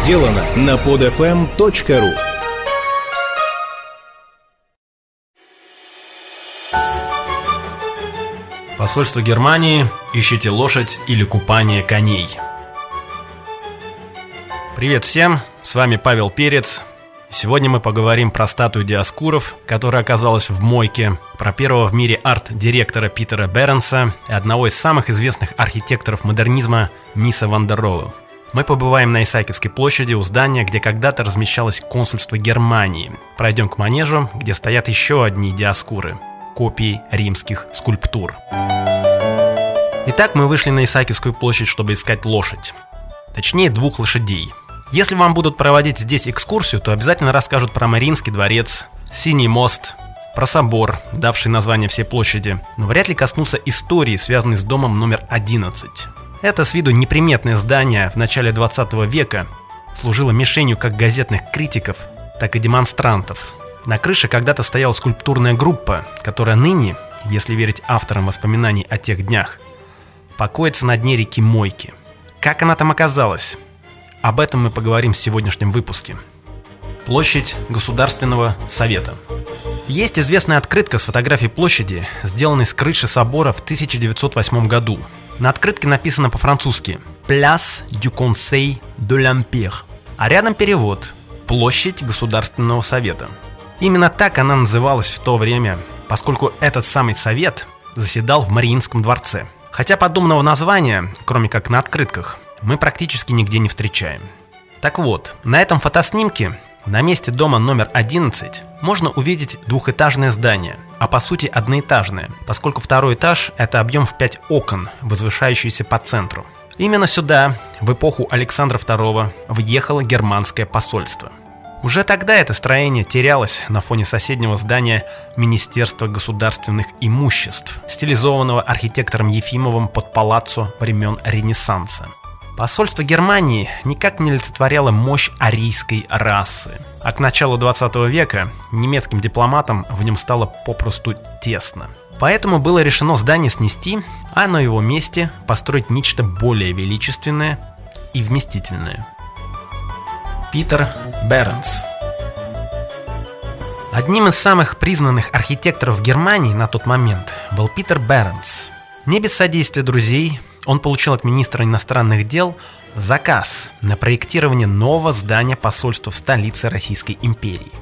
сделано на podfm.ru. Посольство Германии. Ищите лошадь или купание коней. Привет всем, с вами Павел Перец. Сегодня мы поговорим про статую Диоскуров, которая оказалась в мойке, про первого в мире арт-директора Питера Беренса и одного из самых известных архитекторов модернизма Миса ван дер Роhe. Мы побываем на Исаакиевской площади у здания, где когда-то размещалось консульство Германии. Пройдем к манежу, где стоят еще одни Диоскуры – копии римских скульптур. Итак, мы вышли на Исаакиевскую площадь, чтобы искать лошадь. Точнее, двух лошадей. Если вам будут проводить здесь экскурсию, то обязательно расскажут про Мариинский дворец, Синий мост, про собор, давший название всей площади, но вряд ли коснутся истории, связанной с домом номер 11. Это с виду неприметное здание в начале 20 века служило мишенью как газетных критиков, так и демонстрантов. На крыше когда-то стояла скульптурная группа, которая ныне, если верить авторам воспоминаний о тех днях, покоится на дне реки Мойки. Как она там оказалась? Об этом мы поговорим в сегодняшнем выпуске. Площадь Государственного Совета. Есть известная открытка с фотографией площади, сделанной с крыши собора в 1908 году. На открытке написано по-французски «Place du Conseil de l'Empire», а рядом перевод «Площадь Государственного Совета». Именно так она называлась в то время, поскольку этот самый совет заседал в Мариинском дворце. Хотя подобного названия, кроме как на открытках, мы практически нигде не встречаем. Так вот, на этом фотоснимке на месте дома номер 11 можно увидеть двухэтажное здание, а по сути одноэтажное, поскольку второй этаж – это объем в 5 окон, возвышающийся по центру. Именно сюда, в эпоху Александра II, въехало германское посольство. Уже тогда это строение терялось на фоне соседнего здания Министерства государственных имуществ, стилизованного архитектором Ефимовым под палаццо времен Ренессанса. Посольство Германии никак не олицетворяло мощь арийской расы, а к началу 20 века немецким дипломатам в нем стало попросту тесно. Поэтому было решено здание снести, а на его месте построить нечто более величественное и вместительное. Питер Беренс. Одним из самых признанных архитекторов Германии на тот момент был Питер Беренс. Не без содействия друзей он получил от министра иностранных дел заказ на проектирование нового здания посольства в столице Российской империи.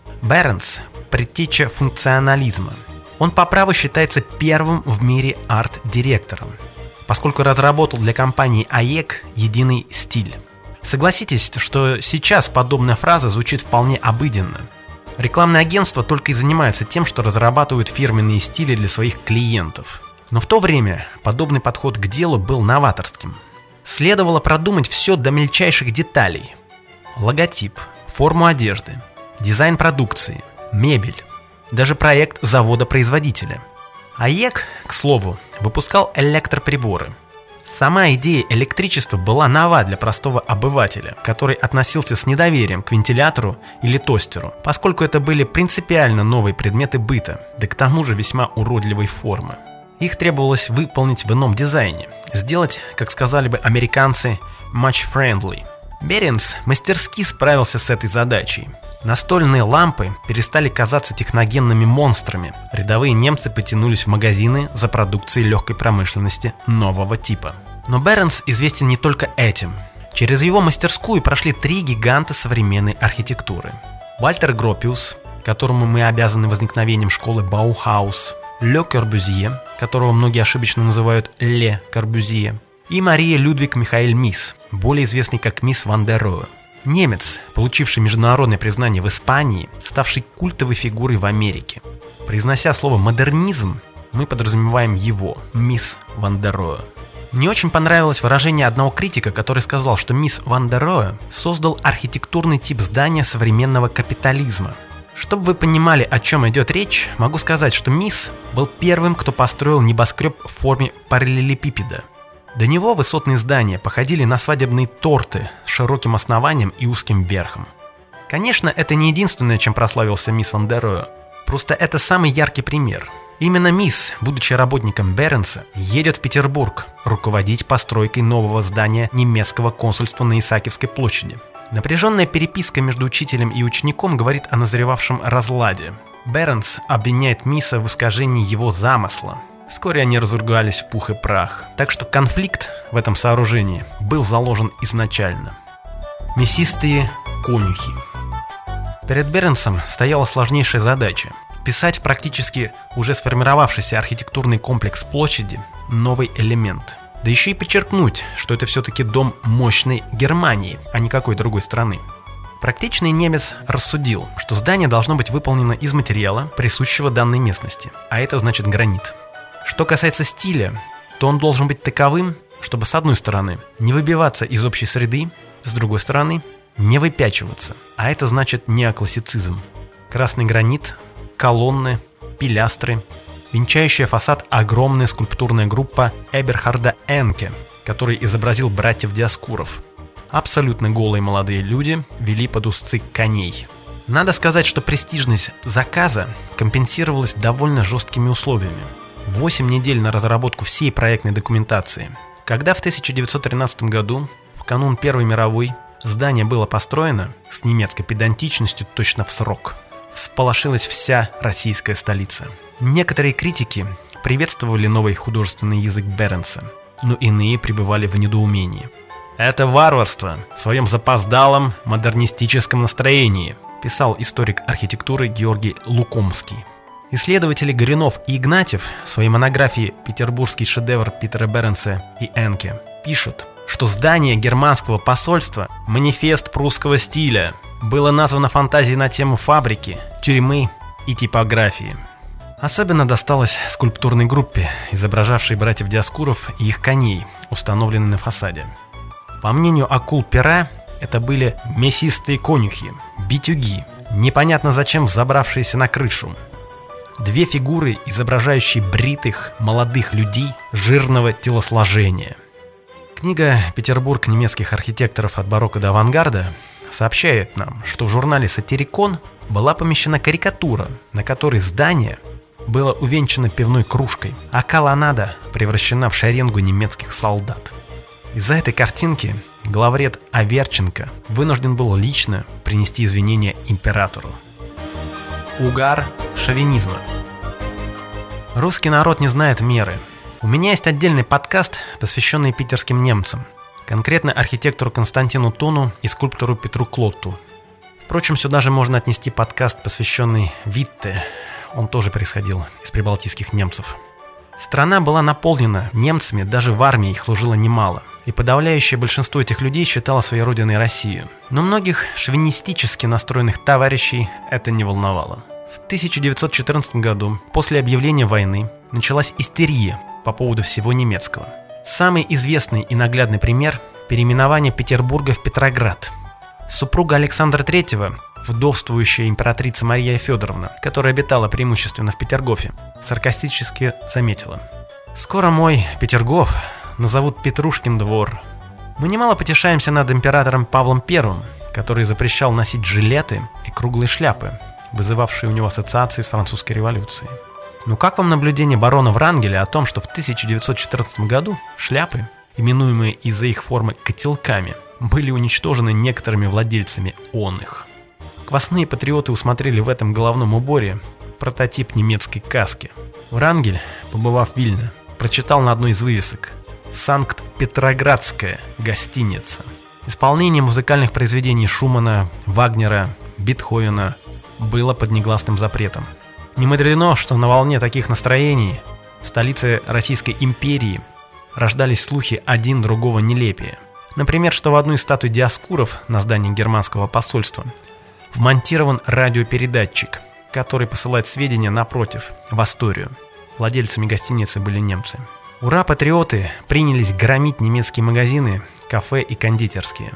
Беренс – предтеча функционализма. Он по праву считается первым в мире арт-директором, поскольку разработал для компании АЕК единый стиль. Согласитесь, что сейчас подобная фраза звучит вполне обыденно. Рекламные агентства только и занимаются тем, что разрабатывают фирменные стили для своих клиентов. Но в то время подобный подход к делу был новаторским. Следовало продумать все до мельчайших деталей. Логотип, форму одежды, дизайн продукции, мебель, даже проект завода-производителя. АЕК, к слову, выпускал электроприборы. Сама идея электричества была нова для простого обывателя, который относился с недоверием к вентилятору или тостеру, поскольку это были принципиально новые предметы быта, да к тому же весьма уродливой формы. Их требовалось выполнить в ином дизайне, сделать, как сказали бы американцы, much friendly. Беренс мастерски справился с этой задачей. Настольные лампы перестали казаться техногенными монстрами. Рядовые немцы потянулись в магазины за продукцией легкой промышленности нового типа. Но Беренс известен не только этим. Через его мастерскую прошли 3 гиганта современной архитектуры. Вальтер Гропиус, которому мы обязаны возникновением школы Баухаус, Ле Корбюзье, которого многие ошибочно называют Ле Корбюзье, и Мария Людвиг Михаэль Мис, более известный как Мис ван дер Роhe. Немец, получивший международное признание в Испании, ставший культовой фигурой в Америке. Произнося слово «модернизм», мы подразумеваем его, Мис ван дер Роhe. Мне очень понравилось выражение одного критика, который сказал, что Мис ван дер Роhe создал архитектурный тип здания современного капитализма. Чтобы вы понимали, о чем идет речь, могу сказать, что Мис был первым, кто построил небоскреб в форме параллелепипеда. До него высотные здания походили на свадебные торты с широким основанием и узким верхом. Конечно, это не единственное, чем прославился Мис ван дер Роhe. Просто это самый яркий пример. Именно Мис, будучи работником Беренса, едет в Петербург руководить постройкой нового здания немецкого консульства на Исаакиевской площади. Напряженная переписка между учителем и учеником говорит о назревавшем разладе. Беренс обвиняет Миса в искажении его замысла. Вскоре они разругались в пух и прах, так что конфликт в этом сооружении был заложен изначально. Мясистые конюхи. Перед Беренсом стояла сложнейшая задача – вписать в практически уже сформировавшийся архитектурный комплекс площади новый элемент. Да еще и подчеркнуть, что это все-таки дом мощной Германии, а не какой другой страны. Практичный немец рассудил, что здание должно быть выполнено из материала, присущего данной местности, а это значит гранит. Что касается стиля, то он должен быть таковым, чтобы с одной стороны не выбиваться из общей среды, с другой стороны не выпячиваться, а это значит неоклассицизм. Красный гранит, колонны, пилястры, венчающая фасад огромная скульптурная группа Эберхарда Энке, который изобразил братьев Диоскуров. Абсолютно голые молодые люди вели под узцы коней. Надо сказать, что престижность заказа компенсировалась довольно жесткими условиями. 8 недель на разработку всей проектной документации. Когда в 1913 году, в канун Первой мировой, здание было построено с немецкой педантичностью точно в срок, всполошилась вся российская столица. Некоторые критики приветствовали новый художественный язык Беренса, но иные пребывали в недоумении. «Это варварство в своем запоздалом модернистическом настроении», писал историк архитектуры Георгий Лукомский. Исследователи Горюнов и Игнатьев в своей монографии «Петербургский шедевр Питера Беренса и Энке» пишут, что здание германского посольства – манифест прусского стиля, было названо фантазией на тему фабрики, тюрьмы и типографии. Особенно досталось скульптурной группе, изображавшей братьев Диоскуров и их коней, установленной на фасаде. По мнению акул пера, это были мясистые конюхи, битюги, непонятно зачем забравшиеся на крышу. Две фигуры, изображающие бритых, молодых людей жирного телосложения. Книга «Петербург немецких архитекторов от барокко до авангарда» сообщает нам, что в журнале «Сатирикон» была помещена карикатура, на которой здание было увенчано пивной кружкой, а колоннада превращена в шеренгу немецких солдат. Из-за этой картинки главред Аверченко вынужден был лично принести извинения императору. Угар шовинизма. Русский народ не знает меры. У меня есть отдельный подкаст, посвященный питерским немцам, конкретно архитектору Константину Тону и скульптору Петру Клотту. Впрочем, сюда же можно отнести подкаст, посвященный Витте. Он тоже происходил из прибалтийских немцев. Страна была наполнена немцами, даже в армии их служило немало, и подавляющее большинство этих людей считало своей родиной Россию. Но многих шовинистически настроенных товарищей это не волновало. В 1914 году, после объявления войны, началась истерия по поводу всего немецкого. Самый известный и наглядный пример – переименование Петербурга в Петроград. Супруга Александра III, вдовствующая императрица Мария Федоровна, которая обитала преимущественно в Петергофе, саркастически заметила: «Скоро мой Петергоф назовут Петрушкин двор». Мы немало потешаемся над императором Павлом I, который запрещал носить жилеты и круглые шляпы, вызывавшие у него ассоциации с французской революцией. Но как вам наблюдение барона Врангеля о том, что в 1914 году шляпы, именуемые из-за их формы котелками, были уничтожены некоторыми владельцами оных? Квасные патриоты усмотрели в этом головном уборе прототип немецкой каски. Врангель, побывав в Вильно, прочитал на одной из вывесок: «Санкт-Петроградская гостиница». Исполнение музыкальных произведений Шумана, Вагнера, Бетховена было под негласным запретом. Не мудрено, что на волне таких настроений в столице Российской империи рождались слухи один другого нелепее. Например, что в одну из статуй Диоскуров на здании германского посольства вмонтирован радиопередатчик, который посылает сведения напротив, в Асторию. Владельцами гостиницы были немцы. Ура-патриоты принялись громить немецкие магазины, кафе и кондитерские.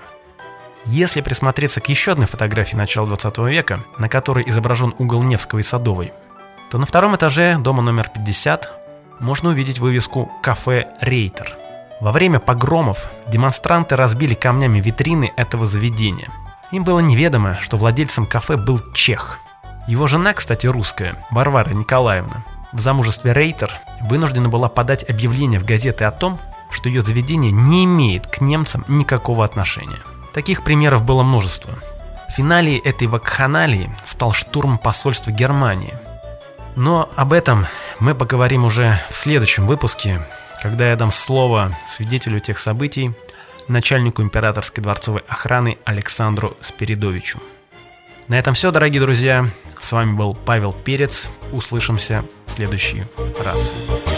Если присмотреться к еще одной фотографии начала 20 века, на которой изображен угол Невского и Садовой, то на втором этаже дома номер 50 можно увидеть вывеску «Кафе Рейтер». Во время погромов демонстранты разбили камнями витрины этого заведения. Им было неведомо, что владельцем кафе был чех. Его жена, кстати, русская, Варвара Николаевна, в замужестве Рейтер вынуждена была подать объявление в газеты о том, что ее заведение не имеет к немцам никакого отношения. Таких примеров было множество. Финалией этой вакханалии стал штурм посольства Германии. Но об этом мы поговорим уже в следующем выпуске, когда я дам слово свидетелю тех событий, начальнику императорской дворцовой охраны Александру Спиридовичу. На этом все, дорогие друзья. С вами был Павел Перец. Услышимся в следующий раз.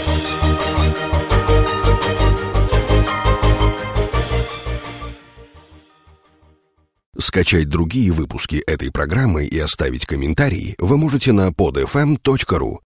Скачать другие выпуски этой программы и оставить комментарии вы можете на podfm.ru.